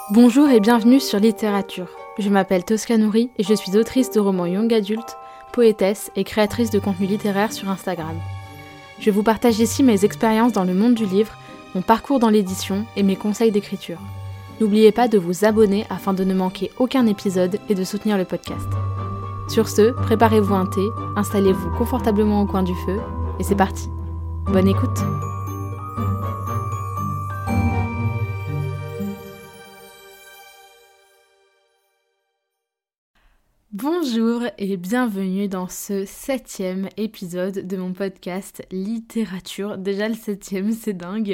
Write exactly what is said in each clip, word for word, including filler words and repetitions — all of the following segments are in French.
Bonjour et bienvenue sur Littérature. Je m'appelle Tosca Nouri et je suis autrice de romans young adult, poétesse et créatrice de contenu littéraire sur Instagram. Je vous partage ici mes expériences dans le monde du livre, mon parcours dans l'édition et mes conseils d'écriture. N'oubliez pas de vous abonner afin de ne manquer aucun épisode et de soutenir le podcast. Sur ce, préparez-vous un thé, installez-vous confortablement au coin du feu et c'est parti. Bonne écoute! Bonjour et bienvenue dans ce septième épisode de mon podcast Littérature. Déjà le septième, c'est dingue.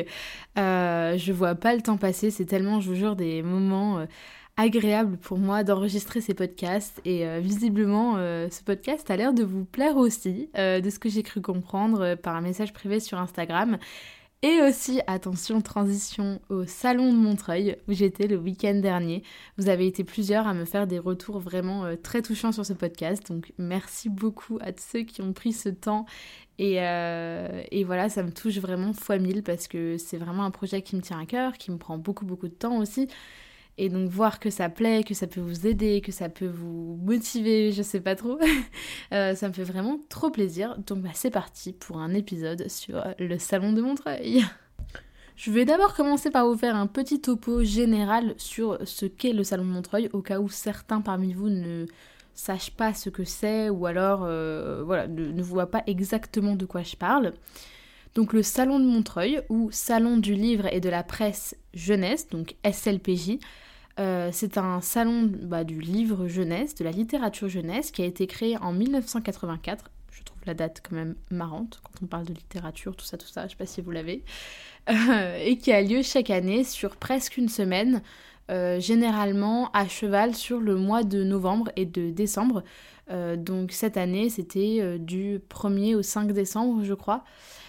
Euh, je vois pas le temps passer, c'est tellement, je vous jure, des moments euh, agréables pour moi d'enregistrer ces podcasts. Et euh, visiblement, euh, ce podcast a l'air de vous plaire aussi, euh, de ce que j'ai cru comprendre euh, par un message privé sur Instagram. Et aussi, attention, transition au Salon de Montreuil, où j'étais le week-end dernier. Vous avez été plusieurs à me faire des retours vraiment euh, très touchants sur ce podcast, donc merci beaucoup à tous ceux qui ont pris ce temps. Et, euh, et voilà, ça me touche vraiment fois mille, parce que c'est vraiment un projet qui me tient à cœur, qui me prend beaucoup, beaucoup de temps aussi. Et donc voir que ça plaît, que ça peut vous aider, que ça peut vous motiver, je sais pas trop, euh, ça me fait vraiment trop plaisir. Donc bah, c'est parti pour un épisode sur le Salon de Montreuil. Je vais d'abord commencer par vous faire un petit topo général sur ce qu'est le Salon de Montreuil, au cas où certains parmi vous ne sachent pas ce que c'est, ou alors euh, voilà, ne, ne voient pas exactement de quoi je parle. Donc le Salon de Montreuil, ou Salon du livre et de la presse jeunesse, donc S L P J, Euh, c'est un salon bah, du livre jeunesse, de la littérature jeunesse, qui a été créé en dix-neuf cent quatre-vingt-quatre. Je trouve la date quand même marrante, quand on parle de littérature, tout ça, tout ça, je sais pas si vous l'avez. Euh, et qui a lieu chaque année sur presque une semaine, euh, généralement à cheval sur le mois de novembre et de décembre. Euh, donc cette année, c'était euh, du premier au cinq décembre, je crois.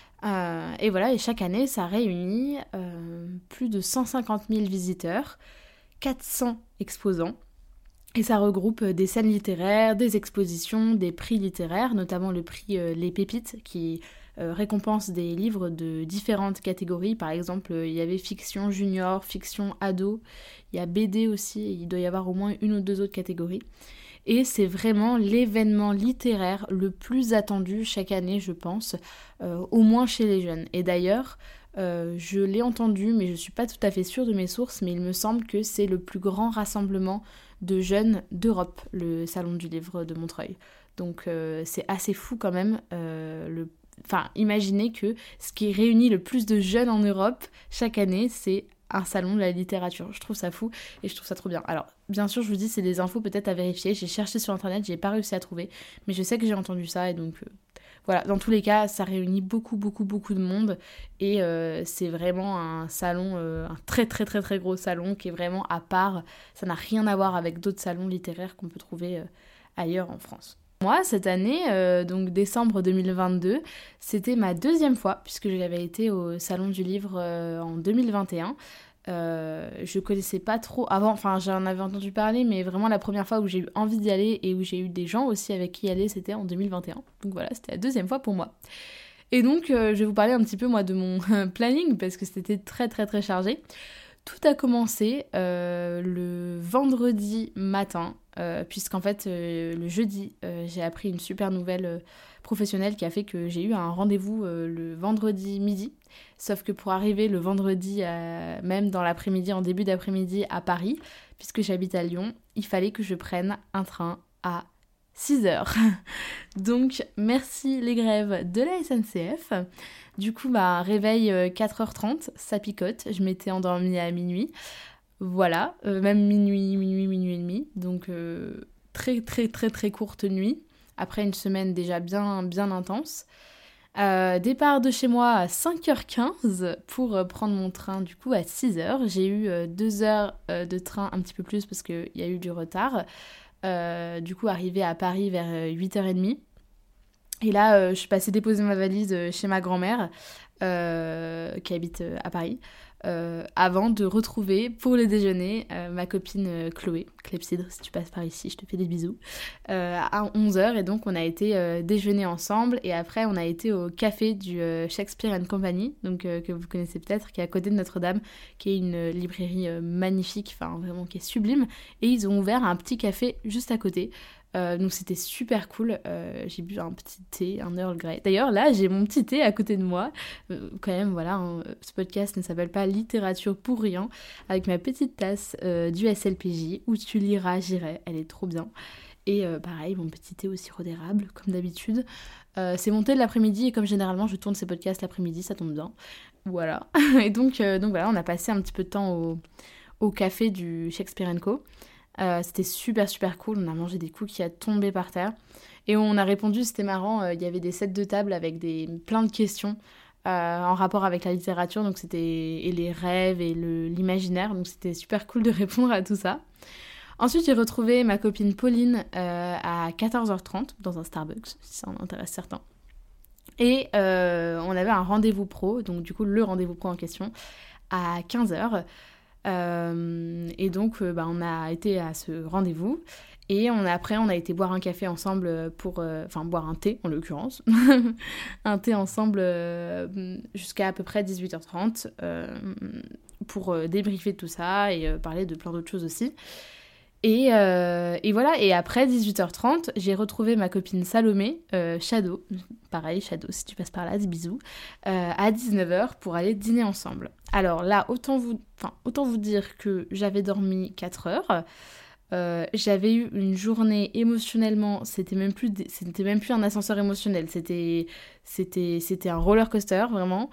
Euh, et voilà, et chaque année, ça réunit euh, plus de cent cinquante mille visiteurs, quatre cents exposants, et ça regroupe des scènes littéraires, des expositions, des prix littéraires, notamment le prix euh, Les Pépites, qui euh, récompense des livres de différentes catégories. Par exemple, il y avait fiction junior, fiction ado, il y a B D aussi, et il doit y avoir au moins une ou deux autres catégories. Et c'est vraiment l'événement littéraire le plus attendu chaque année, je pense, euh, au moins chez les jeunes. Et d'ailleurs, Euh, je l'ai entendu, mais je suis pas tout à fait sûre de mes sources, mais il me semble que c'est le plus grand rassemblement de jeunes d'Europe, le Salon du livre de Montreuil. Donc euh, c'est assez fou quand même. Euh, le... Enfin, imaginez que ce qui réunit le plus de jeunes en Europe chaque année, c'est un salon de la littérature. Je trouve ça fou et je trouve ça trop bien. Alors, bien sûr, je vous dis, c'est des infos peut-être à vérifier. J'ai cherché sur internet, j'ai pas réussi à trouver, mais je sais que j'ai entendu ça et donc... Euh... Voilà, dans tous les cas, ça réunit beaucoup, beaucoup, beaucoup de monde et euh, c'est vraiment un salon, euh, un très, très, très, très gros salon qui est vraiment à part. Ça n'a rien à voir avec d'autres salons littéraires qu'on peut trouver euh, ailleurs en France. Moi, cette année, euh, donc décembre deux mille vingt-deux, c'était ma deuxième fois puisque j'avais été au Salon du Livre euh, en deux mille vingt et un. Euh, je connaissais pas trop avant, enfin j'en avais entendu parler, mais vraiment la première fois où j'ai eu envie d'y aller et où j'ai eu des gens aussi avec qui y aller, c'était en deux mille vingt et un. Donc voilà, c'était la deuxième fois pour moi. Et donc euh, je vais vous parler un petit peu moi de mon planning parce que c'était très très très chargé. Tout a commencé euh, le vendredi matin, euh, puisqu'en fait euh, le jeudi euh, j'ai appris une super nouvelle euh, professionnelle qui a fait que j'ai eu un rendez-vous euh, le vendredi midi. Sauf que pour arriver le vendredi, euh, même dans l'après-midi, en début d'après-midi à Paris, puisque j'habite à Lyon, il fallait que je prenne un train à six heures. Donc merci les grèves de la S N C F. Du coup, bah, réveil euh, quatre heures trente, ça picote. Je m'étais endormie à minuit. Voilà, euh, même minuit, minuit, minuit et demi. Donc euh, très très très très courte nuit. Après une semaine déjà bien, bien intense. Euh, départ de chez moi à cinq heures quinze pour euh, prendre mon train du coup à six heures. J'ai eu euh, deux heures euh, de train, un petit peu plus parce qu'il y a eu du retard. Euh, du coup arrivé à Paris vers euh, huit heures trente. Et là, euh, je suis passée déposer ma valise euh, chez ma grand-mère, euh, qui habite euh, à Paris, euh, avant de retrouver pour le déjeuner euh, ma copine euh, Chloé, Clepsydre, si tu passes par ici, je te fais des bisous, euh, à onze heures. Et donc, on a été euh, déjeuner ensemble. Et après, on a été au café du euh, Shakespeare and Company, donc, euh, que vous connaissez peut-être, qui est à côté de Notre-Dame, qui est une euh, librairie euh, magnifique, enfin vraiment qui est sublime. Et ils ont ouvert un petit café juste à côté. Euh, donc c'était super cool, euh, j'ai bu un petit thé, un Earl Grey. D'ailleurs là j'ai mon petit thé à côté de moi, euh, quand même voilà, hein, ce podcast ne s'appelle pas littérature pour rien, avec ma petite tasse euh, du S L P J, où tu liras j'irai, elle est trop bien. Et euh, pareil, mon petit thé au sirop d'érable, comme d'habitude. Euh, c'est mon thé de l'après-midi, et comme généralement je tourne ces podcasts l'après-midi, ça tombe bien. Voilà. Et donc, euh, donc voilà, on a passé un petit peu de temps au, au café du Shakespeare and Co. Euh, c'était super super cool, on a mangé des cookies à tomber par terre. Et on a répondu, c'était marrant, euh, il y avait des sets de table avec des, plein de questions euh, en rapport avec la littérature, donc c'était et les rêves et le, l'imaginaire, donc c'était super cool de répondre à tout ça. Ensuite, j'ai retrouvé ma copine Pauline euh, à quatorze heures trente dans un Starbucks, si ça en intéresse certains. Et euh, on avait un rendez-vous pro, donc du coup le rendez-vous pro en question, à quinze heures. Euh, et donc, euh, bah, on a été à ce rendez-vous. Et on a, après, on a été boire un café ensemble pour... Enfin, euh, boire un thé, en l'occurrence. Un thé ensemble euh, jusqu'à à peu près dix-huit heures trente euh, pour euh, débriefer de tout ça et euh, parler de plein d'autres choses aussi. Et, euh, et voilà, et après dix-huit heures trente, j'ai retrouvé ma copine Salomé, euh, Shadow, pareil, Shadow, si tu passes par là, des bisous, euh, à dix-neuf heures pour aller dîner ensemble. Alors là, autant vous, enfin, autant vous dire que j'avais dormi quatre heures, euh, j'avais eu une journée émotionnellement, c'était même plus, c'était même plus un ascenseur émotionnel, c'était, c'était, c'était un roller coaster, vraiment.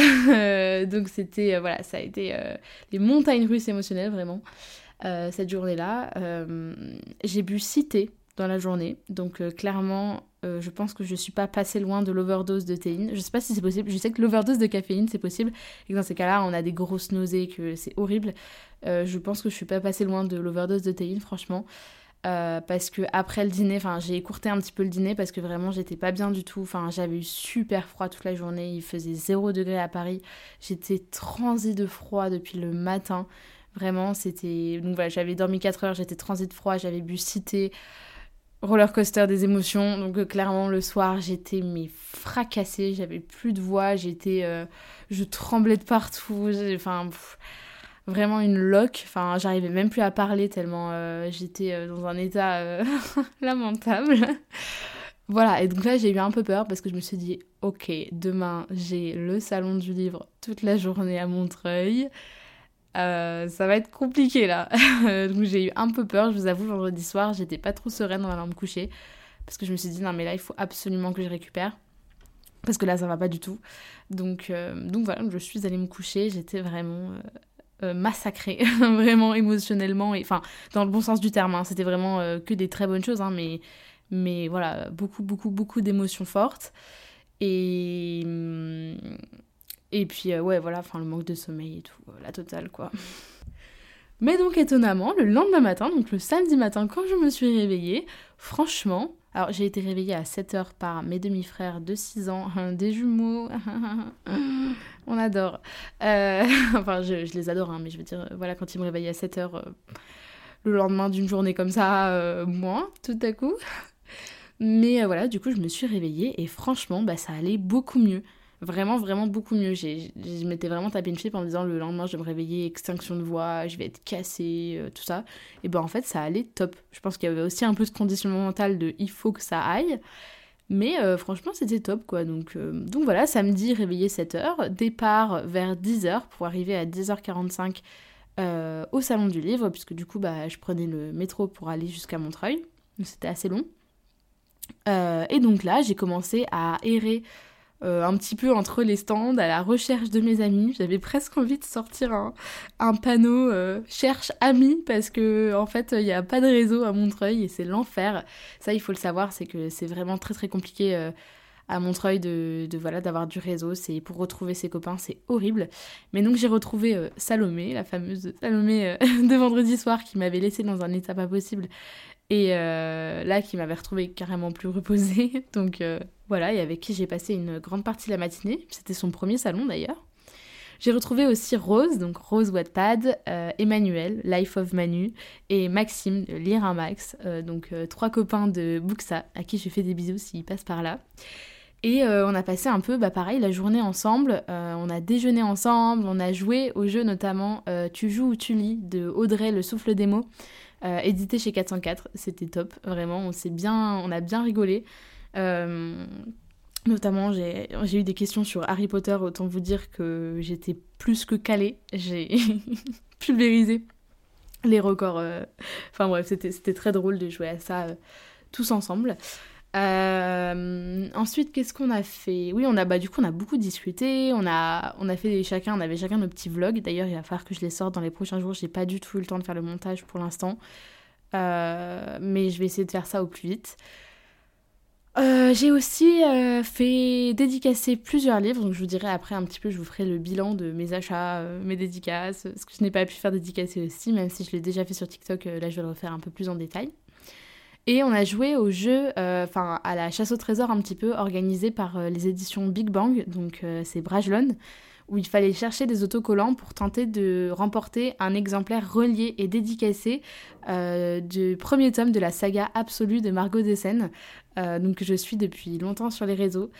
Donc c'était, euh, voilà, ça a été euh, les montagnes russes émotionnelles, vraiment. Euh, cette journée-là. Euh, j'ai bu six thés dans la journée, donc euh, clairement, euh, je pense que je suis pas passée loin de l'overdose de théine. Je sais pas si c'est possible, je sais que l'overdose de caféine, c'est possible, et que dans ces cas-là, on a des grosses nausées, que c'est horrible. Euh, je pense que je suis pas passée loin de l'overdose de théine, franchement. Euh, parce que après le dîner, enfin j'ai écourté un petit peu le dîner parce que vraiment j'étais pas bien du tout, enfin j'avais eu super froid toute la journée, il faisait zéro degré à Paris, j'étais transie de froid depuis le matin. Vraiment, c'était... Donc voilà, j'avais dormi quatre heures, j'étais transie de froid, j'avais bu six thés, roller coaster des émotions. Donc euh, clairement, le soir, j'étais mais fracassée, j'avais plus de voix, j'étais... Euh, je tremblais de partout, j'ai... enfin... Pff, vraiment une loque, enfin j'arrivais même plus à parler tellement euh, j'étais euh, dans un état euh, lamentable. Voilà, et donc là j'ai eu un peu peur parce que je me suis dit, ok, demain j'ai le salon du livre toute la journée à Montreuil. Euh, ça va être compliqué là. Donc j'ai eu un peu peur, je vous avoue, vendredi soir, j'étais pas trop sereine en allant me coucher. Parce que je me suis dit, non mais là il faut absolument que je récupère. Parce que là ça va pas du tout. Donc, euh, donc voilà, je suis allée me coucher, j'étais vraiment euh, euh, massacrée, vraiment émotionnellement. Et, enfin, dans le bon sens du terme, hein, c'était vraiment euh, que des très bonnes choses, hein, mais, mais voilà, beaucoup, beaucoup, beaucoup d'émotions fortes. Et... Hum, Et puis, euh, ouais, voilà, enfin, le manque de sommeil et tout, euh, la totale, quoi. Mais donc, étonnamment, le lendemain matin, donc le samedi matin, quand je me suis réveillée, franchement... Alors, j'ai été réveillée à sept heures par mes demi-frères de six ans, des jumeaux. On adore. Euh, enfin, je, je les adore, hein, mais je veux dire, voilà, quand ils me réveillent à sept heures, euh, le lendemain d'une journée comme ça, euh, moins, tout à coup. Mais euh, voilà, du coup, je me suis réveillée et franchement, bah, ça allait beaucoup mieux. Vraiment, vraiment beaucoup mieux. J'ai, je m'étais vraiment tapé une flip en me disant le lendemain je vais me réveiller, extinction de voix, je vais être cassée, euh, tout ça. Et ben en fait ça allait top. Je pense qu'il y avait aussi un peu de conditionnement mental de il faut que ça aille. Mais euh, franchement c'était top quoi. Donc, euh, donc voilà, samedi réveillé sept heures, départ vers dix heures pour arriver à dix heures quarante-cinq euh, au salon du livre, puisque du coup bah, je prenais le métro pour aller jusqu'à Montreuil. Donc c'était assez long. Euh, et donc là j'ai commencé à errer Euh, un petit peu entre les stands, à la recherche de mes amis. J'avais presque envie de sortir un, un panneau euh, cherche amis parce que en fait il n'y a pas de réseau à Montreuil et c'est l'enfer. Ça il faut le savoir, c'est que c'est vraiment très très compliqué euh, à Montreuil de, de voilà d'avoir du réseau. C'est pour retrouver ses copains, c'est horrible. Mais donc j'ai retrouvé euh, Salomé, la fameuse Salomé euh, de vendredi soir qui m'avait laissée dans un état pas possible. Et euh, là, qui m'avait retrouvée carrément plus reposée. Donc euh, voilà, et avec qui j'ai passé une grande partie de la matinée. C'était son premier salon d'ailleurs. J'ai retrouvé aussi Rose, donc Rose Wattpad, euh, Emmanuel, Life of Manu, et Maxime, de Lire un Max, euh, donc euh, trois copains de Buxa, à qui je fais des bisous s'ils passent par là. Et euh, on a passé un peu, bah pareil, la journée ensemble, euh, on a déjeuné ensemble, on a joué au jeu notamment euh, Tu joues ou tu lis, de Audrey, le souffle des mots, euh, édité chez quatre cent quatre, c'était top, vraiment, on s'est bien, on a bien rigolé. Euh, Notamment, j'ai, j'ai eu des questions sur Harry Potter, autant vous dire que j'étais plus que calée. J'ai pulvérisé les records. euh, Enfin bref, c'était, c'était très drôle de jouer à ça euh, tous ensemble. Euh, Ensuite, qu'est-ce qu'on a fait? Oui, on a, bah, du coup, on a beaucoup discuté. On a, on a fait chacun, on avait chacun nos petits vlogs. D'ailleurs, il va falloir que je les sorte dans les prochains jours. J'ai pas du tout eu le temps de faire le montage pour l'instant. Euh, mais je vais essayer de faire ça au plus vite. Euh, j'ai aussi euh, fait dédicacer plusieurs livres, donc je vous dirai après un petit peu, je vous ferai le bilan de mes achats, euh, mes dédicaces, ce que je n'ai pas pu faire dédicacer aussi, même si je l'ai déjà fait sur TikTok, euh, là je vais le refaire un peu plus en détail. Et on a joué au jeu, enfin euh, à la chasse au trésor un petit peu, organisé par euh, les éditions Big Bang, donc euh, c'est Brajlon, où il fallait chercher des autocollants pour tenter de remporter un exemplaire relié et dédicacé euh, du premier tome de la saga absolue de Margot Dessen, euh, donc que je suis depuis longtemps sur les réseaux.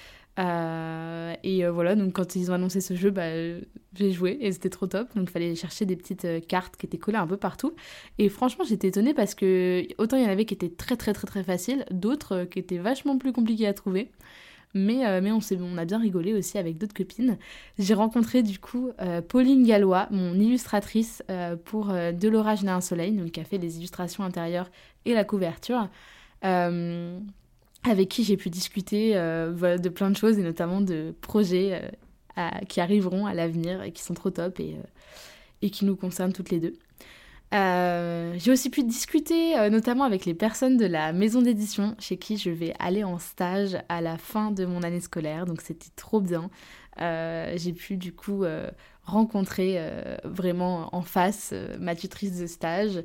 Euh, et euh, voilà, donc quand ils ont annoncé ce jeu, bah, euh, j'ai joué et c'était trop top. Donc il fallait chercher des petites euh, cartes qui étaient collées un peu partout. Et franchement, j'étais étonnée parce que autant il y en avait qui étaient très très très très faciles, d'autres euh, qui étaient vachement plus compliquées à trouver. Mais, euh, mais on, s'est, on a bien rigolé aussi avec d'autres copines. J'ai rencontré du coup euh, Pauline Gallois, mon illustratrice euh, pour euh, De l'orage naît un soleil, donc qui a fait les illustrations intérieures et la couverture, euh, avec qui j'ai pu discuter euh, voilà, de plein de choses et notamment de projets euh, à- qui arriveront à l'avenir et qui sont trop top et, euh, et qui nous concernent toutes les deux. Euh, j'ai aussi pu discuter euh, notamment avec les personnes de la maison d'édition chez qui je vais aller en stage à la fin de mon année scolaire, donc c'était trop bien. Euh, j'ai pu du coup euh, rencontrer euh, vraiment en face euh, ma tutrice de stage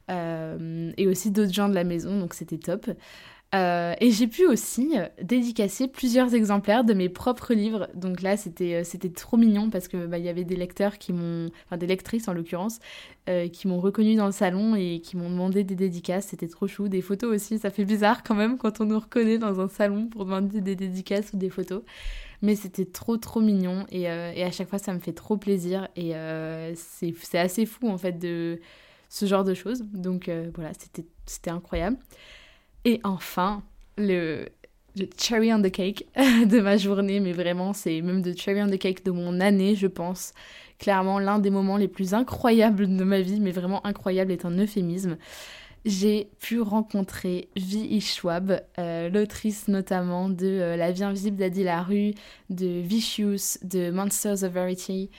euh, et aussi d'autres gens de la maison, donc c'était top. Euh, et j'ai pu aussi euh, dédicacer plusieurs exemplaires de mes propres livres. Donc là, c'était, euh, c'était trop mignon parce que bah, y avait des lecteurs qui m'ont, enfin des lectrices en l'occurrence, euh, qui m'ont reconnue dans le salon et qui m'ont demandé des dédicaces. C'était trop chou. Des photos aussi, ça fait bizarre quand même quand on nous reconnaît dans un salon pour demander des dédicaces ou des photos. Mais c'était trop trop mignon et, euh, et à chaque fois, ça me fait trop plaisir. Et euh, c'est, c'est assez fou en fait de ce genre de choses. Donc euh, voilà, c'était, c'était incroyable. Et enfin, le, le cherry on the cake de ma journée, mais vraiment, c'est même le cherry on the cake de mon année, je pense. Clairement, l'un des moments les plus incroyables de ma vie, mais vraiment incroyable est un euphémisme. J'ai pu rencontrer Vi Schwab, euh, l'autrice notamment de euh, La vie invisible d'Adi Larue, de Vicious, de Monsters of Verity,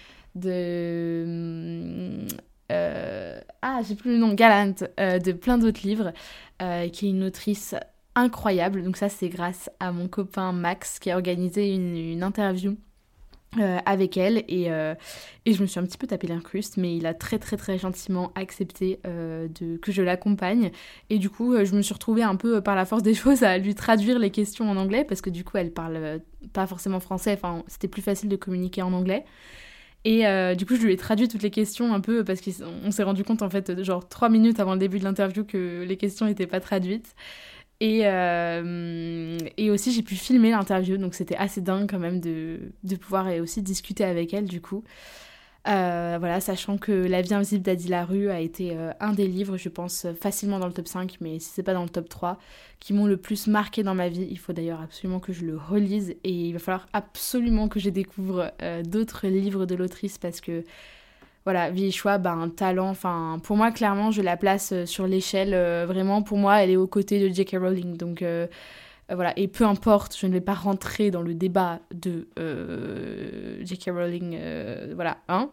de... Euh, ah, j'ai plus le nom, Gallant, euh, de plein d'autres livres, euh, qui est une autrice incroyable. Donc ça, c'est grâce à mon copain Max qui a organisé une, une interview euh, avec elle et, euh, et je me suis un petit peu tapé l'incruste, mais il a très très très gentiment accepté euh, de, que je l'accompagne et du coup euh, je me suis retrouvée un peu par la force des choses à lui traduire les questions en anglais parce que du coup elle parle euh, pas forcément français, enfin c'était plus facile de communiquer en anglais. Et euh, du coup, je lui ai traduit toutes les questions un peu parce qu'on s'est rendu compte, en fait, genre trois minutes avant le début de l'interview que les questions n'étaient pas traduites. Et, euh, et aussi, j'ai pu filmer l'interview, donc c'était assez dingue quand même de, de pouvoir aussi discuter avec elle, du coup. Euh, voilà, sachant que La vie invisible d'Adi Larue a été euh, un des livres, je pense, facilement dans le top cinq, mais si c'est pas dans le top trois, qui m'ont le plus marqué dans ma vie. Il faut d'ailleurs absolument que je le relise et il va falloir absolument que je découvre euh, d'autres livres de l'autrice parce que, voilà, Vi Schwab a un talent, enfin, pour moi, clairement, je la place euh, sur l'échelle, euh, vraiment, pour moi, elle est aux côtés de J K. Rowling, donc... Euh, Euh, voilà, et peu importe, je ne vais pas rentrer dans le débat de euh, J K. Rowling, euh, voilà, hein.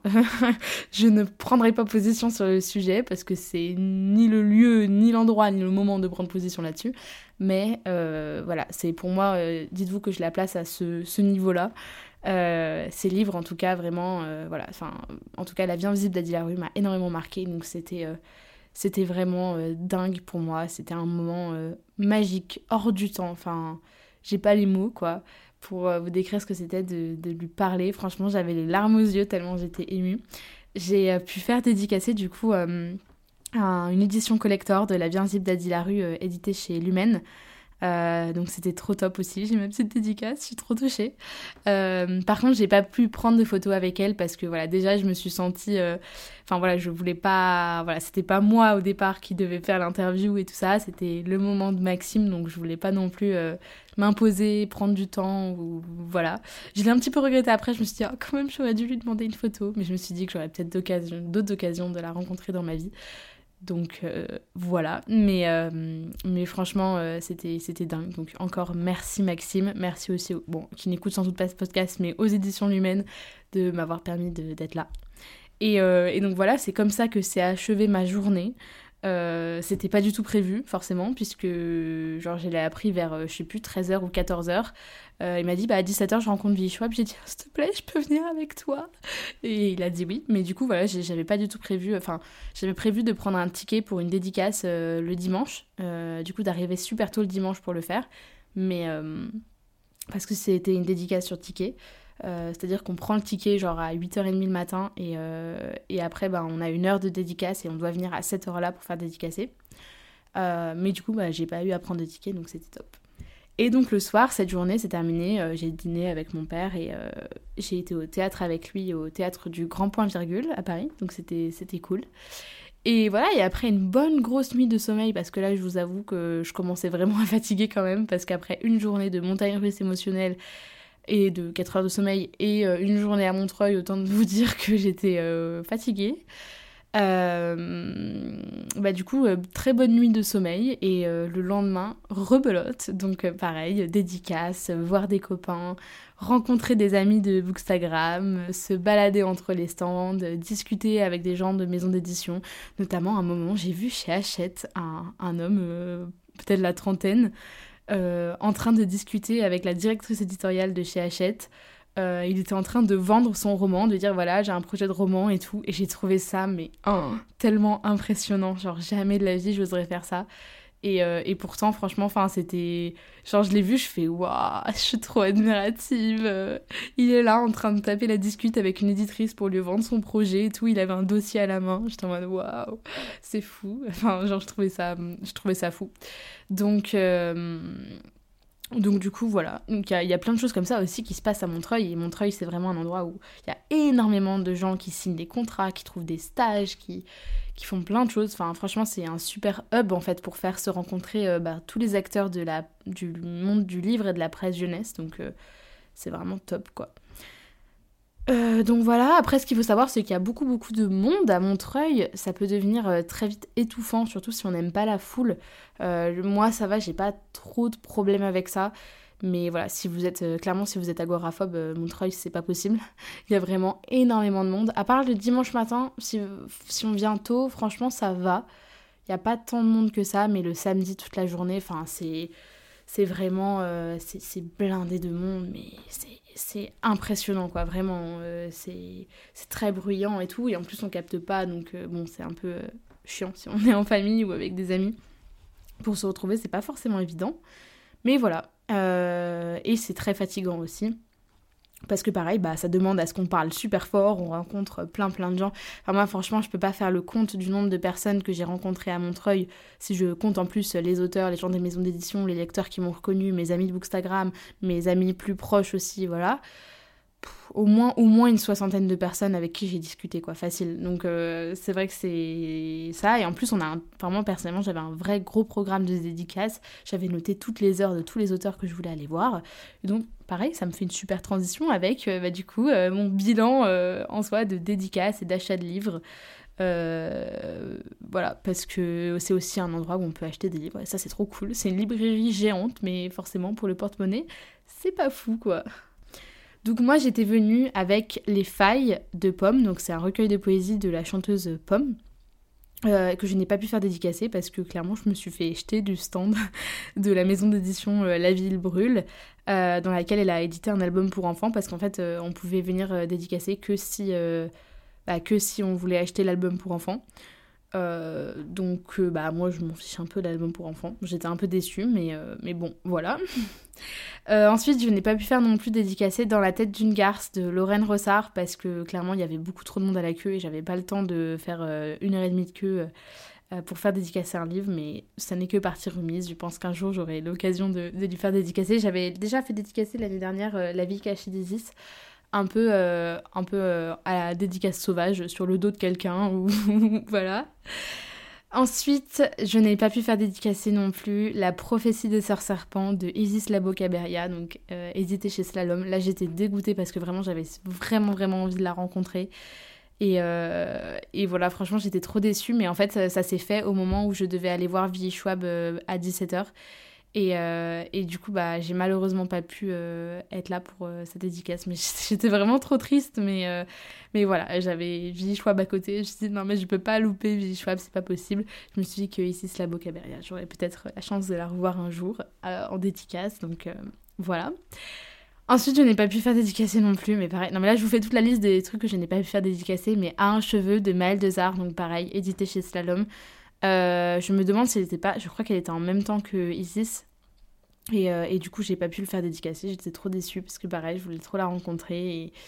Je ne prendrai pas position sur le sujet parce que c'est ni le lieu, ni l'endroit, ni le moment de prendre position là-dessus. Mais euh, voilà, c'est pour moi, euh, dites-vous que je la place à ce, ce niveau-là. Euh, ces livres, en tout cas, vraiment, euh, voilà, enfin, en tout cas, La vie invisible d'Adi Larue m'a énormément marqué, donc c'était, euh, c'était vraiment euh, dingue pour moi. C'était un moment euh, magique, hors du temps. Enfin, j'ai pas les mots, quoi, pour euh, vous décrire ce que c'était de, de lui parler. Franchement, j'avais les larmes aux yeux tellement j'étais émue. J'ai euh, pu faire dédicacer, du coup, euh, un- une édition collector de La vie invisible d'Adi Larue, euh, éditée chez Lumen. Euh, donc c'était trop top aussi, j'ai ma petite dédicace, je suis trop touchée. Euh, par contre, j'ai pas pu prendre de photos avec elle parce que voilà, déjà je me suis sentie, euh, enfin voilà, je voulais pas, voilà, c'était pas moi au départ qui devait faire l'interview et tout ça, c'était le moment de Maxime, donc je voulais pas non plus euh, m'imposer, prendre du temps ou voilà. Je l'ai un petit peu regretté après, je me suis dit, oh, quand même j'aurais dû lui demander une photo, mais je me suis dit que j'aurais peut-être d'occasion, d'autres occasions de la rencontrer dans ma vie. Donc euh, voilà, mais, euh, mais franchement euh, c'était, c'était dingue. Donc encore merci Maxime, merci aussi, aux, bon, qui n'écoute sans doute pas ce podcast, mais aux éditions Lumen de m'avoir permis de, d'être là. Et, euh, et donc voilà, c'est comme ça que s'est achevée ma journée. Euh, c'était pas du tout prévu, forcément, puisque genre, je l'ai appris vers, euh, je sais plus, treize heures ou quatorze heures. Euh, il m'a dit, bah, à dix-sept heures, je rencontre Billy Schwab. J'ai dit, s'il te plaît, je peux venir avec toi? Et il a dit oui. Mais du coup, voilà, j'avais pas du tout prévu, enfin, j'avais prévu de prendre un ticket pour une dédicace euh, le dimanche. Euh, du coup, d'arriver super tôt le dimanche pour le faire. Mais, euh, parce que c'était une dédicace sur ticket. Euh, c'est-à-dire qu'on prend le ticket genre à huit heures trente le matin et, euh, et après bah, on a une heure de dédicace et on doit venir à cette heure-là pour faire dédicacer. Euh, mais du coup bah, j'ai pas eu à prendre de ticket donc c'était top. Et donc le soir, cette journée s'est terminée, euh, j'ai dîné avec mon père et euh, j'ai été au théâtre avec lui, au théâtre du Grand Point Virgule à Paris, donc c'était, c'était cool. Et voilà, et après une bonne grosse nuit de sommeil, parce que là je vous avoue que je commençais vraiment à fatiguer quand même, parce qu'après une journée de montagne russe émotionnelle, et de quatre heures de sommeil et euh, une journée à Montreuil, autant de vous dire que j'étais euh, fatiguée. Euh, bah du coup, euh, très bonne nuit de sommeil et euh, le lendemain, rebelote. Donc euh, pareil, dédicace, euh, voir des copains, rencontrer des amis de Bookstagram, euh, se balader entre les stands, euh, discuter avec des gens de maisons d'édition. Notamment, à un moment, j'ai vu chez Hachette un, un homme, euh, peut-être la trentaine, Euh, en train de discuter avec la directrice éditoriale de chez Hachette. Euh, il était en train de vendre son roman, de dire voilà, j'ai un projet de roman et tout. Et j'ai trouvé ça, mais oh, tellement impressionnant. Genre, jamais de la vie, j'oserais faire ça. Et, euh, et pourtant, franchement, enfin, c'était... Genre, je l'ai vu, je fais waouh, je suis trop admirative. Euh, il est là en train de taper la discute avec une éditrice pour lui vendre son projet et tout. Il avait un dossier à la main. J'étais en mode waouh, c'est fou. Enfin, genre, je trouvais ça, je trouvais ça fou. Donc, euh, donc du coup, voilà. Donc, il y, a- il y a plein de choses comme ça aussi qui se passent à Montreuil. Et Montreuil, c'est vraiment un endroit où il y a énormément de gens qui signent des contrats, qui trouvent des stages, qui, qui font plein de choses. Enfin, franchement, c'est un super hub, en fait, pour faire se rencontrer euh, bah, tous les acteurs de la, du monde du livre et de la presse jeunesse. Donc, euh, c'est vraiment top, quoi. Euh, donc voilà, après ce qu'il faut savoir c'est qu'il y a beaucoup beaucoup de monde à Montreuil, ça peut devenir euh, très vite étouffant, surtout si on n'aime pas la foule. Euh, moi ça va, j'ai pas trop de problèmes avec ça, mais voilà, si vous êtes, euh, clairement si vous êtes agoraphobe, euh, Montreuil c'est pas possible. Il y a vraiment énormément de monde, à part le dimanche matin, si, si on vient tôt, franchement ça va. Il y a pas tant de monde que ça, mais le samedi toute la journée, enfin c'est... C'est vraiment... euh, c'est, c'est blindé de monde, mais c'est, c'est impressionnant, quoi. Vraiment, euh, c'est, c'est très bruyant et tout. Et en plus, on capte pas, donc euh, bon, c'est un peu euh, chiant si on est en famille ou avec des amis. Pour se retrouver, c'est pas forcément évident. Mais voilà. Euh, et c'est très fatigant aussi. Parce que pareil, bah, ça demande à ce qu'on parle super fort, on rencontre plein plein de gens. Enfin moi franchement je peux pas faire le compte du nombre de personnes que j'ai rencontrées à Montreuil, si je compte en plus les auteurs, les gens des maisons d'édition, les lecteurs qui m'ont reconnu, mes amis de Bookstagram, mes amis plus proches aussi, voilà. Pff, au moins, au moins une soixantaine de personnes avec qui j'ai discuté, quoi, facile. Donc euh, c'est vrai que c'est ça, et en plus on a, un... enfin moi personnellement j'avais un vrai gros programme de dédicaces, j'avais noté toutes les heures de tous les auteurs que je voulais aller voir, et donc pareil, ça me fait une super transition avec euh, bah, du coup euh, mon bilan euh, en soi de dédicaces et d'achat de livres. Euh, voilà, parce que c'est aussi un endroit où on peut acheter des livres, et ça c'est trop cool. C'est une librairie géante, mais forcément pour le porte-monnaie, c'est pas fou quoi. Donc moi j'étais venue avec Les Failles de Pomme, donc c'est un recueil de poésie de la chanteuse Pomme, euh, que je n'ai pas pu faire dédicacer parce que clairement je me suis fait jeter du stand de la maison d'édition euh, La Ville Brûle, euh, dans laquelle elle a édité un album pour enfants, parce qu'en fait euh, on pouvait venir euh, dédicacer que si, euh, bah, que si on voulait acheter l'album pour enfants. Euh, donc euh, bah moi je m'en fiche un peu de l'album pour enfants, j'étais un peu déçue mais, euh, mais bon voilà. euh, ensuite je n'ai pas pu faire non plus dédicacer Dans la tête d'une garce de Lorraine Rossard parce que clairement il y avait beaucoup trop de monde à la queue et j'avais pas le temps de faire euh, une heure et demie de queue euh, pour faire dédicacer un livre, mais ça n'est que partie remise. Je pense qu'un jour j'aurai l'occasion de, de lui faire dédicacer. J'avais déjà fait dédicacer l'année dernière euh, La vie cachée d'Isis, un peu, euh, un peu euh, à la dédicace sauvage sur le dos de quelqu'un, ou voilà. Ensuite, je n'ai pas pu faire dédicacer non plus La prophétie des sœurs serpents de Isis Labo-Caberia, donc euh, édité chez Slalom. Là, j'étais dégoûtée parce que vraiment, j'avais vraiment, vraiment envie de la rencontrer. Et, euh, et voilà, franchement, j'étais trop déçue. Mais en fait, ça, ça s'est fait au moment où je devais aller voir Vie Schwab euh, à dix-sept heures. Et, euh, et du coup, bah, j'ai malheureusement pas pu euh, être là pour euh, cette dédicace. Mais j'étais vraiment trop triste. Mais, euh, mais voilà, j'avais Vie Schwab à côté. Je me suis dit, non, mais je peux pas louper Vie Schwab, c'est pas possible. Je me suis dit que ici, c'est la Bocaberia. J'aurais peut-être la chance de la revoir un jour euh, en dédicace. Donc euh, voilà. Ensuite, je n'ai pas pu faire dédicacer non plus. Mais pareil, non, mais là, je vous fais toute la liste des trucs que je n'ai pas pu faire dédicacer. Mais À un cheveu de Maëlle Dezard, donc pareil, édité chez Slalom. Euh, je me demande si elle était pas... Je crois qu'elle était en même temps que Isis. Et, euh, et du coup, j'ai pas pu le faire dédicacer. J'étais trop déçue parce que pareil, je voulais trop la rencontrer. Et,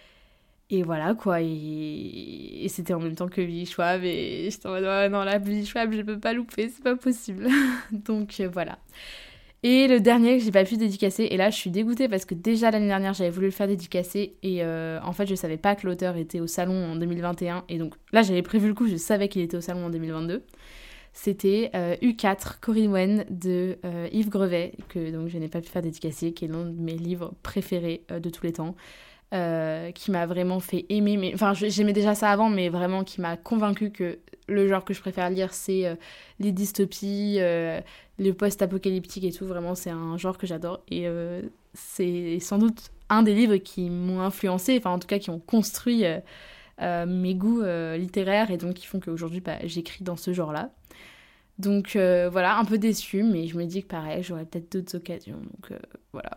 et voilà quoi. Et, et c'était en même temps que Vie Schwab. Et j'étais en mode, oh, non, la Vie Schwab, je peux pas louper, c'est pas possible. Donc euh, voilà. Et le dernier que j'ai pas pu dédicacer, et là je suis dégoûtée parce que déjà l'année dernière j'avais voulu le faire dédicacer et euh, en fait je savais pas que l'auteur était au salon en deux mille vingt et un et donc là j'avais prévu le coup, je savais qu'il était au salon en deux mille vingt-deux. C'était euh, U quatre, Corinne Wen de euh, Yves Grevet, que donc je n'ai pas pu faire dédicacer, qui est l'un de mes livres préférés euh, de tous les temps, euh, qui m'a vraiment fait aimer, mais enfin j'aimais déjà ça avant, mais vraiment qui m'a convaincue que le genre que je préfère lire c'est euh, les dystopies, euh, le post-apocalyptique et tout, vraiment c'est un genre que j'adore et euh, c'est sans doute un des livres qui m'ont influencée, enfin en tout cas qui ont construit euh, euh, mes goûts euh, littéraires et donc qui font qu'aujourd'hui bah, j'écris dans ce genre-là. Donc euh, voilà, un peu déçue, mais je me dis que pareil, j'aurais peut-être d'autres occasions, donc euh, voilà.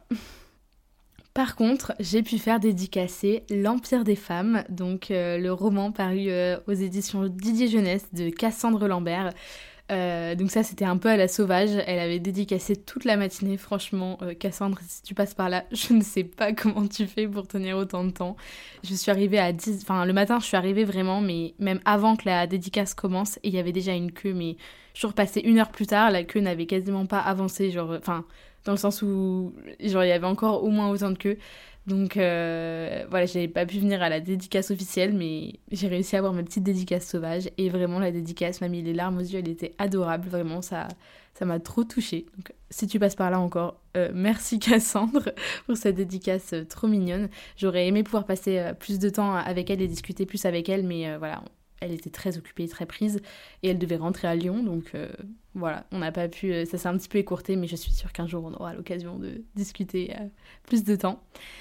Par contre, j'ai pu faire dédicacer L'Empire des femmes, donc euh, le roman paru euh, aux éditions Didier Jeunesse de Cassandre Lambert. Euh, donc ça, c'était un peu à la sauvage. Elle avait dédicacé toute la matinée. Franchement, euh, Cassandre, si tu passes par là, je ne sais pas comment tu fais pour tenir autant de temps. Je suis arrivée à dix... Enfin, le matin, je suis arrivée vraiment, mais même avant que la dédicace commence, et il y avait déjà une queue, mais je suis repassée une heure plus tard, la queue n'avait quasiment pas avancé, genre... Enfin... dans le sens où genre il y avait encore au moins autant de queue. Donc euh, voilà, j'avais pas pu venir à la dédicace officielle, mais j'ai réussi à avoir ma petite dédicace sauvage. Et vraiment, la dédicace m'a mis les larmes aux yeux, elle était adorable, vraiment, ça, ça m'a trop touchée. Donc si tu passes par là encore, euh, merci Cassandre pour cette dédicace euh, trop mignonne. J'aurais aimé pouvoir passer euh, plus de temps avec elle et discuter plus avec elle, mais euh, voilà, elle était très occupée, très prise, et elle devait rentrer à Lyon, donc euh, voilà, on n'a pas pu, ça s'est un petit peu écourté, mais je suis sûre qu'un jour on aura l'occasion de discuter euh, plus de temps.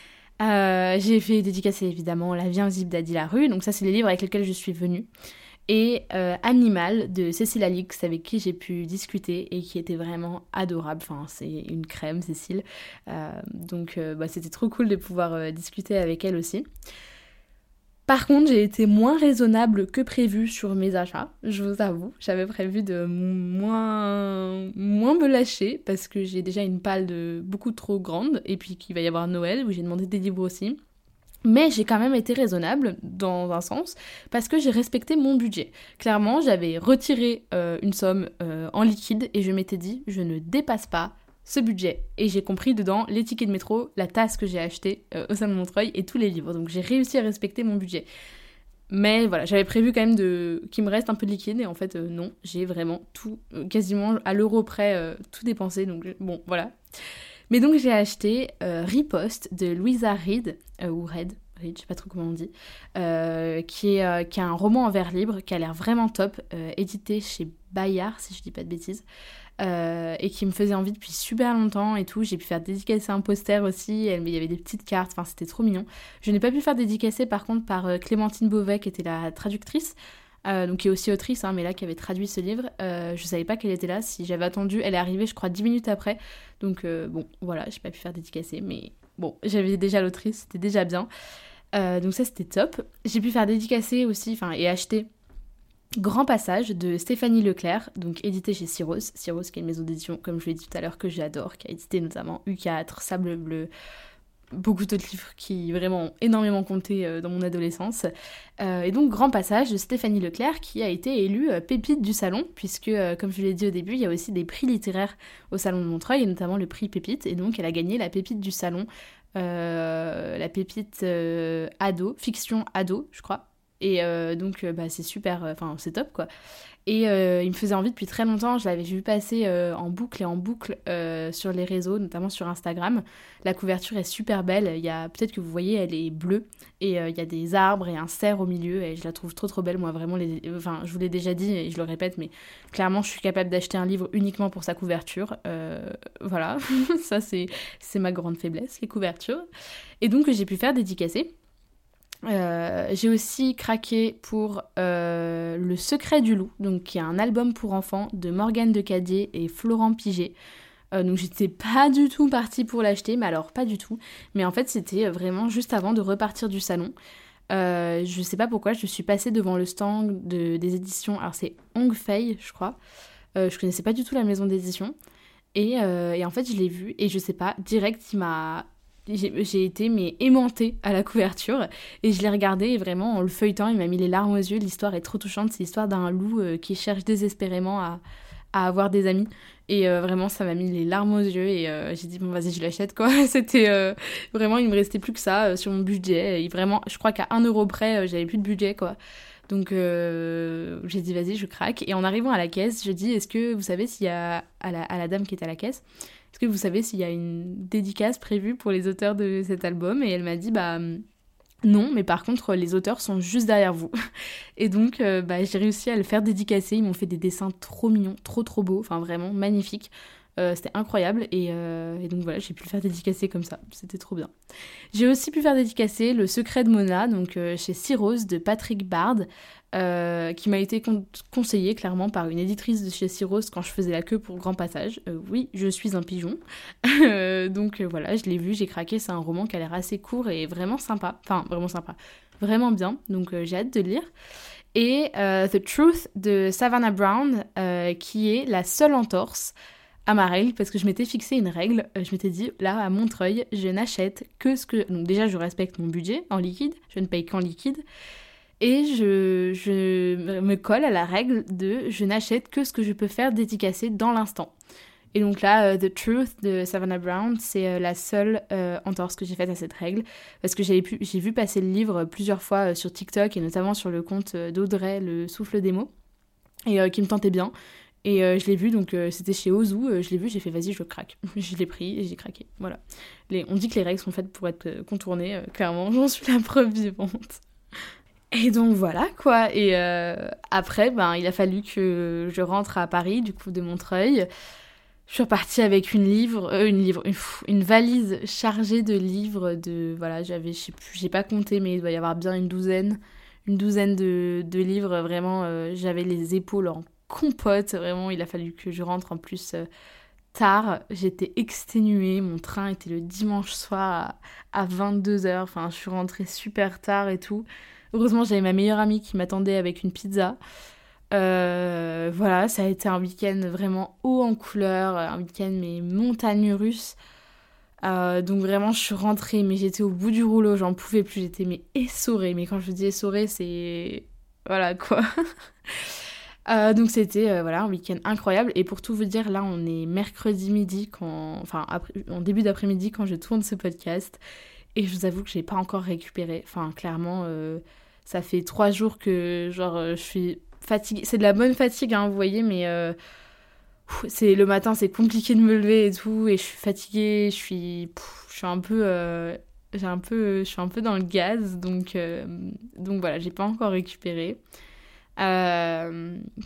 Euh, j'ai fait dédicacer évidemment La vie invisible d'Adi Larue, donc ça c'est les livres avec lesquels je suis venue, et euh, Animal de Cécile Alix, avec qui j'ai pu discuter et qui était vraiment adorable, enfin c'est une crème Cécile, euh, donc euh, bah, c'était trop cool de pouvoir euh, discuter avec elle aussi. Par contre, j'ai été moins raisonnable que prévu sur mes achats, je vous avoue. J'avais prévu de moins, moins me lâcher parce que j'ai déjà une palle de beaucoup trop grande et puis qu'il va y avoir Noël où j'ai demandé des livres aussi. Mais j'ai quand même été raisonnable dans un sens parce que j'ai respecté mon budget. Clairement, j'avais retiré euh, une somme euh, en liquide et je m'étais dit je ne dépasse pas ce budget. Et j'ai compris dedans les tickets de métro, la tasse que j'ai achetée euh, au sein de Montreuil et tous les livres. Donc j'ai réussi à respecter mon budget. Mais voilà, j'avais prévu quand même de... qu'il me reste un peu de liquide et en fait euh, non, j'ai vraiment tout, euh, quasiment à l'euro près, euh, tout dépensé. Donc bon, voilà. Mais donc j'ai acheté euh, Riposte de Louisa Reed, euh, ou Red, Reed, je sais pas trop comment on dit, euh, qui, est, euh, qui est un roman en vers libre qui a l'air vraiment top, euh, édité chez Bayard, si je dis pas de bêtises. euh, et qui me faisait envie depuis super longtemps et tout. J'ai pu faire dédicacer un poster aussi, il y avait des petites cartes, enfin c'était trop mignon. Je n'ai pas pu faire dédicacer par contre par euh, Clémentine Beauvais qui était la traductrice, euh, donc qui est aussi autrice, hein, mais là qui avait traduit ce livre. Euh, je savais pas qu'elle était là, si j'avais attendu, elle est arrivée je crois dix minutes après, donc euh, bon voilà, j'ai pas pu faire dédicacer, mais bon, j'avais déjà l'autrice, c'était déjà bien. Euh, donc ça c'était top. J'ai pu faire dédicacer aussi, enfin et acheter Grand Passage de Stéphanie Leclerc, donc édité chez Syros. Syros qui est une maison d'édition, comme je l'ai dit tout à l'heure, que j'adore, qui a édité notamment U quatre, Sable Bleu, beaucoup d'autres livres qui vraiment ont énormément compté euh, dans mon adolescence. Euh, et donc Grand Passage de Stéphanie Leclerc qui a été élue euh, pépite du salon, puisque euh, comme je l'ai dit au début, il y a aussi des prix littéraires au salon de Montreuil, et notamment le prix Pépite, et donc elle a gagné la pépite du salon, euh, la pépite euh, ado, fiction ado, je crois. Et euh, donc euh, bah, c'est super, enfin euh, c'est top quoi. Et euh, il me faisait envie depuis très longtemps, je l'avais vu passer euh, en boucle et en boucle euh, sur les réseaux, notamment sur Instagram. La couverture est super belle, il y a, peut-être que vous voyez, elle est bleue, et euh, il y a des arbres et un cerf au milieu, et je la trouve trop trop belle, moi vraiment, les... enfin je vous l'ai déjà dit et je le répète, mais clairement je suis capable d'acheter un livre uniquement pour sa couverture, euh, voilà, ça c'est, c'est ma grande faiblesse, les couvertures. Et donc j'ai pu faire dédicacer. Euh, j'ai aussi craqué pour euh, Le Secret du Loup, donc qui est un album pour enfants de Morgane Decadier et Florent Piget. Euh, donc j'étais pas du tout partie pour l'acheter, mais alors pas du tout. Mais en fait c'était vraiment juste avant de repartir du salon. Euh, je sais pas pourquoi, je suis passée devant le stand de, des éditions, alors c'est Hong Fei je crois. Euh, je connaissais pas du tout la maison d'édition. Et, euh, et en fait je l'ai vu et je sais pas, direct il m'a... J'ai, j'ai été mais aimantée à la couverture et je l'ai regardé et vraiment en le feuilletant il m'a mis les larmes aux yeux. L'histoire est trop touchante, c'est l'histoire d'un loup euh, qui cherche désespérément à, à avoir des amis et euh, vraiment ça m'a mis les larmes aux yeux et euh, j'ai dit bon vas-y je l'achète quoi. C'était euh, vraiment, il me restait plus que ça euh, sur mon budget et vraiment je crois qu'à un euro près euh, j'avais plus de budget quoi. Donc euh, j'ai dit vas-y je craque et en arrivant à la caisse je dis est-ce que vous savez s'il y a à la, à la dame qui est à la caisse, est-ce que vous savez s'il y a une dédicace prévue pour les auteurs de cet album? Et elle m'a dit bah non, mais par contre les auteurs sont juste derrière vous. Et donc euh, bah, j'ai réussi à le faire dédicacer, ils m'ont fait des dessins trop mignons, trop trop beaux, enfin vraiment magnifiques. Euh, c'était incroyable et, euh, et donc voilà, j'ai pu le faire dédicacer comme ça, c'était trop bien. J'ai aussi pu faire dédicacer Le Secret de Mona, donc euh, chez Syros de Patrick Bard, euh, qui m'a été con- conseillé clairement par une éditrice de chez Syros quand je faisais la queue pour Grand Passage. Euh, oui, je suis un pigeon. Euh, donc euh, voilà, je l'ai vu, j'ai craqué, c'est un roman qui a l'air assez court et vraiment sympa, enfin vraiment sympa, vraiment bien, donc euh, j'ai hâte de le lire. Et euh, The Truth de Savannah Brown, euh, qui est la seule entorse à ma règle, parce que je m'étais fixé une règle, je m'étais dit, là, à Montreuil, je n'achète que ce que... Donc déjà, je respecte mon budget en liquide, je ne paye qu'en liquide, et je, je me colle à la règle de je n'achète que ce que je peux faire dédicacer dans l'instant. Et donc là, uh, The Truth de Savannah Brown, c'est uh, la seule euh, entorse que j'ai faite à cette règle, parce que j'avais pu, j'ai vu passer le livre plusieurs fois euh, sur TikTok, et notamment sur le compte d'Audrey, le souffle des mots, et euh, qui me tentait bien. Et euh, je l'ai vu, donc euh, c'était chez Ozu, euh, je l'ai vu, j'ai fait vas-y, je craque. Je l'ai pris et j'ai craqué, voilà. Les, on dit que les règles sont faites pour être euh, contournées, euh, clairement, j'en suis la preuve vivante. Et donc voilà, quoi. Et euh, après, ben, il a fallu que je rentre à Paris, du coup, de Montreuil. Je suis repartie avec une livre, euh, une livre, une, une valise chargée de livres, de, voilà, j'avais, je sais plus, j'ai pas compté, mais il doit y avoir bien une douzaine, une douzaine de, de livres, vraiment, euh, j'avais les épaules en compote, vraiment, il a fallu que je rentre en plus euh, tard, j'étais exténuée, mon train était le dimanche soir à, à vingt-deux heures, enfin je suis rentrée super tard et tout. Heureusement j'avais ma meilleure amie qui m'attendait avec une pizza. Euh, voilà, ça a été un week-end vraiment haut en couleur, un week-end mais montagne russe. Euh, donc vraiment je suis rentrée mais j'étais au bout du rouleau, j'en pouvais plus, j'étais mais essorée, mais quand je dis essorée c'est... voilà quoi. Euh, donc c'était euh, voilà, un week-end incroyable et pour tout vous dire là on est mercredi midi quand enfin après, en début d'après-midi quand je tourne ce podcast et je vous avoue que j'ai pas encore récupéré, enfin clairement euh, ça fait trois jours que genre euh, je suis fatiguée, c'est de la bonne fatigue hein, vous voyez, mais euh, c'est le matin c'est compliqué de me lever et tout et je suis fatiguée, je suis pff, je suis un peu euh, j'ai un peu je suis un peu dans le gaz donc euh, donc voilà, j'ai pas encore récupéré. Euh,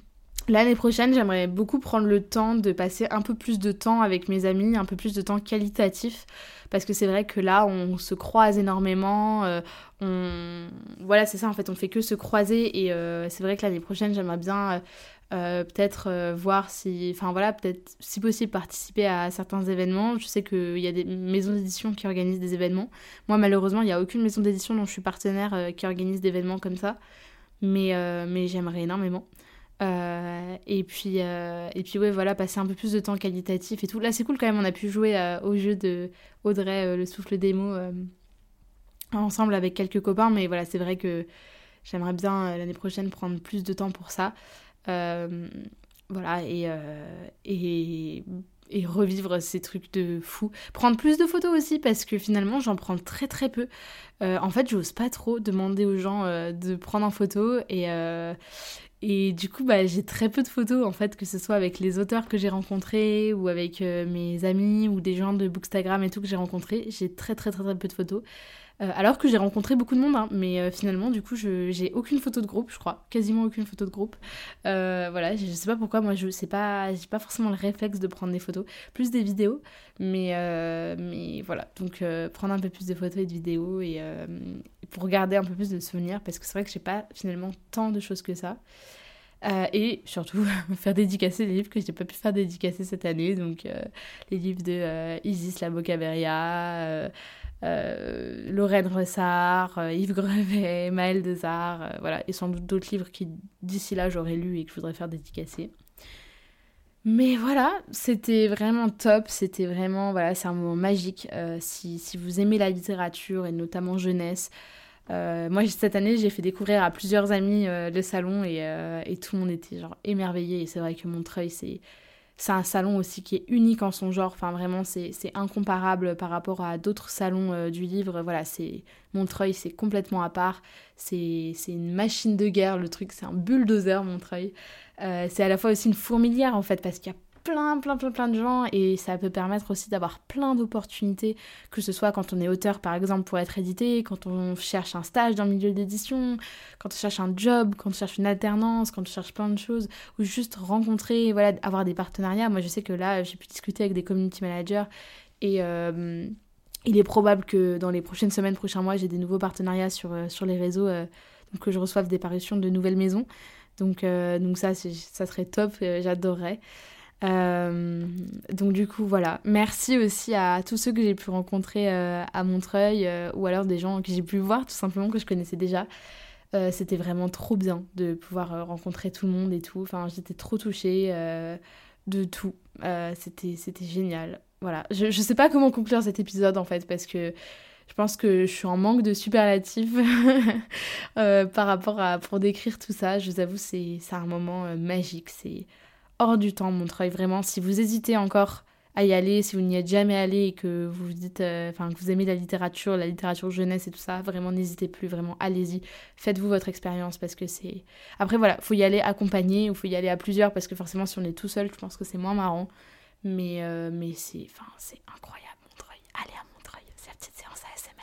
L'année prochaine, j'aimerais beaucoup prendre le temps de passer un peu plus de temps avec mes amis, un peu plus de temps qualitatif, parce que c'est vrai que là, on se croise énormément, euh, on... voilà, c'est ça, en fait, on fait que se croiser, et euh, c'est vrai que l'année prochaine, j'aimerais bien euh, euh, peut-être euh, voir si, enfin voilà, peut-être, si possible, participer à certains événements. Je sais qu'il y a des maisons d'édition qui organisent des événements. Moi, malheureusement, il n'y a aucune maison d'édition dont je suis partenaire euh, qui organise d'événements comme ça, mais, euh, mais j'aimerais énormément. Euh, et puis euh, et puis ouais, voilà, passer un peu plus de temps qualitatif et tout. Là c'est cool quand même, on a pu jouer euh, au jeu de Audrey, euh, le souffle des mots, euh, ensemble avec quelques copains, mais voilà, c'est vrai que j'aimerais bien euh, l'année prochaine prendre plus de temps pour ça. Euh, voilà, et, euh, et et revivre ces trucs de fou. Prendre plus de photos aussi, parce que finalement j'en prends très très peu. Euh, en fait, j'ose pas trop demander aux gens euh, de prendre en photo, et euh, Et du coup, bah, j'ai très peu de photos, en fait, que ce soit avec les auteurs que j'ai rencontrés, ou avec euh, mes amis, ou des gens de Bookstagram et tout que j'ai rencontrés. J'ai très très très très peu de photos. Euh, alors que j'ai rencontré beaucoup de monde, hein, mais euh, finalement, du coup, je, j'ai aucune photo de groupe, je crois. Quasiment aucune photo de groupe. Euh, voilà, je, je sais pas pourquoi, moi, je sais pas, j'ai pas forcément le réflexe de prendre des photos. Plus des vidéos, mais, euh, mais voilà. Donc, euh, prendre un peu plus de photos et de vidéos, et euh, pour garder un peu plus de souvenirs, parce que c'est vrai que j'ai pas finalement tant de choses que ça. Euh, et surtout faire dédicacer les livres que j'ai pas pu faire dédicacer cette année, donc euh, les livres de euh, Isis Labocaberia, euh, euh, Lorraine Ressart, euh, Yves Grevet, Maëlle Desarts, euh, voilà, et sans doute d'autres livres qui d'ici là j'aurais lu et que je voudrais faire dédicacer. Mais voilà, c'était vraiment top, c'était vraiment, voilà, c'est un moment magique. Euh, si, si vous aimez la littérature et notamment jeunesse, Euh, moi, cette année, j'ai fait découvrir à plusieurs amis euh, le salon, et, euh, et tout le monde était genre émerveillé. Et c'est vrai que Montreuil, c'est, c'est un salon aussi qui est unique en son genre. Enfin, vraiment, c'est, c'est incomparable par rapport à d'autres salons euh, du livre. Voilà, c'est Montreuil, c'est complètement à part. C'est, c'est une machine de guerre, le truc, c'est un bulldozer, Montreuil. Euh, c'est à la fois aussi une fourmilière, en fait, parce qu'il y a plein, plein, plein, plein de gens, et ça peut permettre aussi d'avoir plein d'opportunités, que ce soit quand on est auteur, par exemple, pour être édité, quand on cherche un stage dans le milieu d'édition, quand on cherche un job, quand on cherche une alternance, quand on cherche plein de choses, ou juste rencontrer, voilà, avoir des partenariats. Moi, je sais que là, j'ai pu discuter avec des community managers, et euh, il est probable que dans les prochaines semaines, prochains mois, j'ai des nouveaux partenariats sur, euh, sur les réseaux, euh, donc que je reçoive des parutions de nouvelles maisons. Donc, euh, donc ça, c'est, ça serait top, euh, j'adorerais. Euh, donc du coup voilà, merci aussi à tous ceux que j'ai pu rencontrer euh, à Montreuil, euh, ou alors des gens que j'ai pu voir tout simplement, que je connaissais déjà. Euh, c'était vraiment trop bien de pouvoir euh, rencontrer tout le monde et tout, enfin j'étais trop touchée euh, de tout. Euh, c'était, c'était génial. Voilà, je, je sais pas comment conclure cet épisode en fait, parce que je pense que je suis en manque de superlatifs euh, par rapport à, pour décrire tout ça. Je vous avoue, c'est, c'est un moment euh, magique, c'est hors du temps, Montreuil, vraiment. Si vous hésitez encore à y aller, si vous n'y êtes jamais allé et que vous vous dites, enfin, euh, que vous aimez la littérature, la littérature jeunesse et tout ça, vraiment n'hésitez plus, vraiment allez-y, faites-vous votre expérience, parce que c'est... Après voilà, faut y aller accompagné, ou faut y aller à plusieurs, parce que forcément si on est tout seul, je pense que c'est moins marrant, mais, euh, mais c'est, enfin, c'est incroyable, Montreuil, allez à Montreuil, c'est la petite séance A S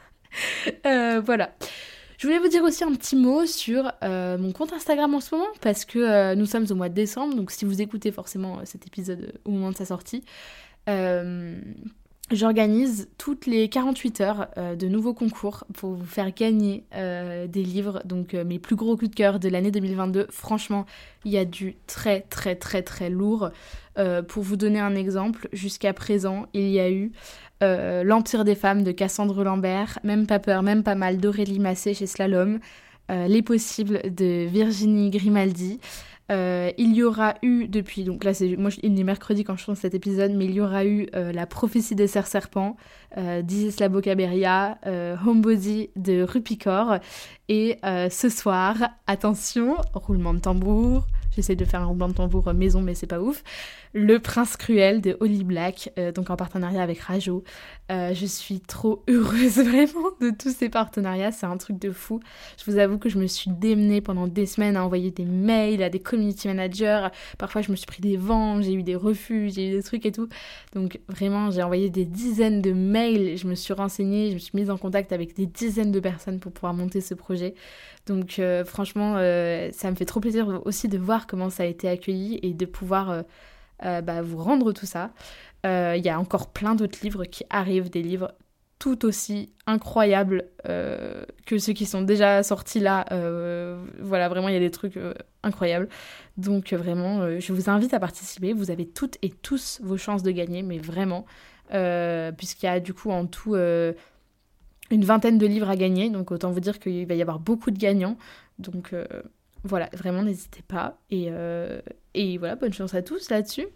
M R. euh, voilà. Je voulais vous dire aussi un petit mot sur euh, mon compte Instagram en ce moment, parce que euh, nous sommes au mois de décembre, donc si vous écoutez forcément cet épisode au moment de sa sortie, euh, j'organise toutes les quarante-huit heures euh, de nouveaux concours pour vous faire gagner euh, des livres, donc euh, mes plus gros coups de cœur de l'année deux mille vingt-deux. Franchement, il y a du très très très très lourd. Euh, pour vous donner un exemple, jusqu'à présent, il y a eu euh, L'Empire des femmes de Cassandre Lambert, Même pas peur, même pas mal d'Aurélie Massé chez Slalom, euh, Les possibles de Virginie Grimaldi. Euh, il y aura eu depuis, donc là c'est moi il est mercredi quand je tourne cet épisode, mais il y aura eu euh, La prophétie des cerfs serpents euh, d'Isis Labocaberia, euh, Homebody de Rupicor, et euh, ce soir, attention, roulement de tambour, j'essaie de faire un roulement de tambour maison mais c'est pas ouf, Le Prince Cruel de Holly Black, euh, donc en partenariat avec Rajo. Euh, je suis trop heureuse vraiment de tous ces partenariats, c'est un truc de fou. Je vous avoue que je me suis démenée pendant des semaines à envoyer des mails à des community managers. Parfois je me suis pris des vents, j'ai eu des refus, j'ai eu des trucs et tout. Donc vraiment j'ai envoyé des dizaines de mails, je me suis renseignée, je me suis mise en contact avec des dizaines de personnes pour pouvoir monter ce projet. Donc euh, franchement euh, ça me fait trop plaisir aussi de voir comment ça a été accueilli et de pouvoir... Euh, Euh, bah, vous rendre tout ça. Il euh, y a encore plein d'autres livres qui arrivent, des livres tout aussi incroyables euh, que ceux qui sont déjà sortis là. Euh, voilà, vraiment, il y a des trucs euh, incroyables. Donc euh, vraiment, euh, je vous invite à participer. Vous avez toutes et tous vos chances de gagner, mais vraiment, euh, puisqu'il y a du coup en tout euh, une vingtaine de livres à gagner. Donc autant vous dire qu'il va y avoir beaucoup de gagnants. Donc... Euh, Voilà, vraiment, n'hésitez pas. Et, euh, et voilà, bonne chance à tous là-dessus.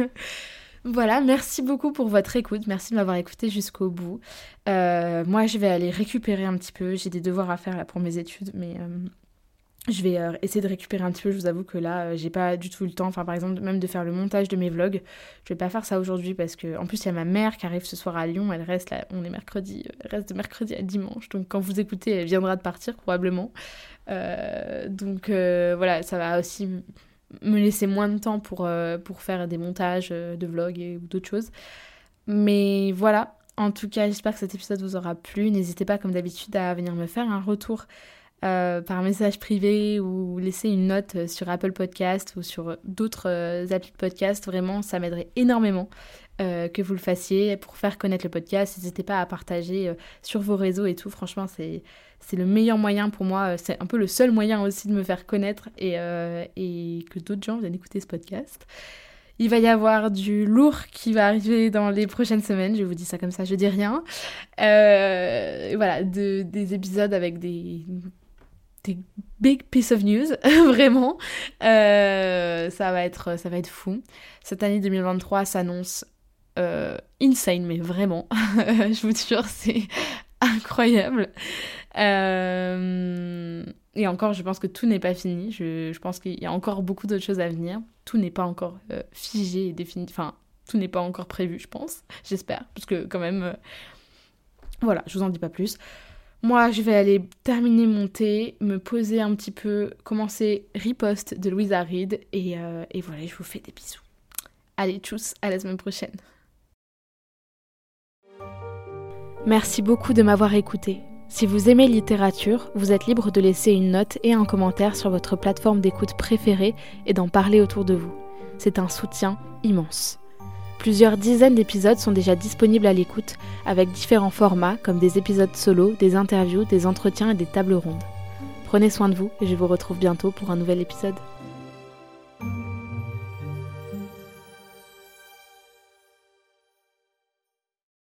Voilà, merci beaucoup pour votre écoute. Merci de m'avoir écouté jusqu'au bout. Euh, moi, je vais aller récupérer un petit peu. J'ai des devoirs à faire là pour mes études, mais euh, je vais euh, essayer de récupérer un petit peu. Je vous avoue que là, euh, j'ai pas du tout eu le temps. Enfin, par exemple, même de faire le montage de mes vlogs. Je vais pas faire ça aujourd'hui parce que, en plus, il y a ma mère qui arrive ce soir à Lyon. Elle reste là, on est mercredi, elle reste de mercredi à dimanche. Donc, quand vous écoutez, elle viendra de partir probablement. Euh, donc euh, voilà, ça va aussi m- me laisser moins de temps pour, euh, pour faire des montages euh, de vlogs et, ou d'autres choses. Mais voilà, en tout cas, j'espère que cet épisode vous aura plu. N'hésitez pas, comme d'habitude, à venir me faire un retour euh, par message privé ou laisser une note sur Apple Podcast ou sur d'autres euh, applis de podcast. Vraiment, ça m'aiderait énormément. Euh, que vous le fassiez pour faire connaître le podcast. N'hésitez pas à partager euh, sur vos réseaux et tout. Franchement, c'est, c'est le meilleur moyen pour moi. C'est un peu le seul moyen aussi de me faire connaître et, euh, et que d'autres gens viennent écouter ce podcast. Il va y avoir du lourd qui va arriver dans les prochaines semaines. Je vous dis ça comme ça, je dis rien. Euh, voilà, de, des épisodes avec des... des big piece of news, vraiment. Euh, ça va être, ça va être fou. Cette année deux mille vingt-trois s'annonce Euh, insane, mais vraiment. Je vous jure, c'est incroyable. Euh, et encore, je pense que tout n'est pas fini. Je, je pense qu'il y a encore beaucoup d'autres choses à venir. Tout n'est pas encore euh, figé et défini. Enfin, tout n'est pas encore prévu, je pense. J'espère. Parce que quand même... Euh, voilà, je vous en dis pas plus. Moi, je vais aller terminer mon thé, me poser un petit peu, commencer Riposte de Louisa Reed. Et, euh, et voilà, je vous fais des bisous. Allez, tchuss, à la semaine prochaine. Merci beaucoup de m'avoir écouté. Si vous aimez littérature, vous êtes libre de laisser une note et un commentaire sur votre plateforme d'écoute préférée et d'en parler autour de vous. C'est un soutien immense. Plusieurs dizaines d'épisodes sont déjà disponibles à l'écoute, avec différents formats comme des épisodes solo, des interviews, des entretiens et des tables rondes. Prenez soin de vous et je vous retrouve bientôt pour un nouvel épisode.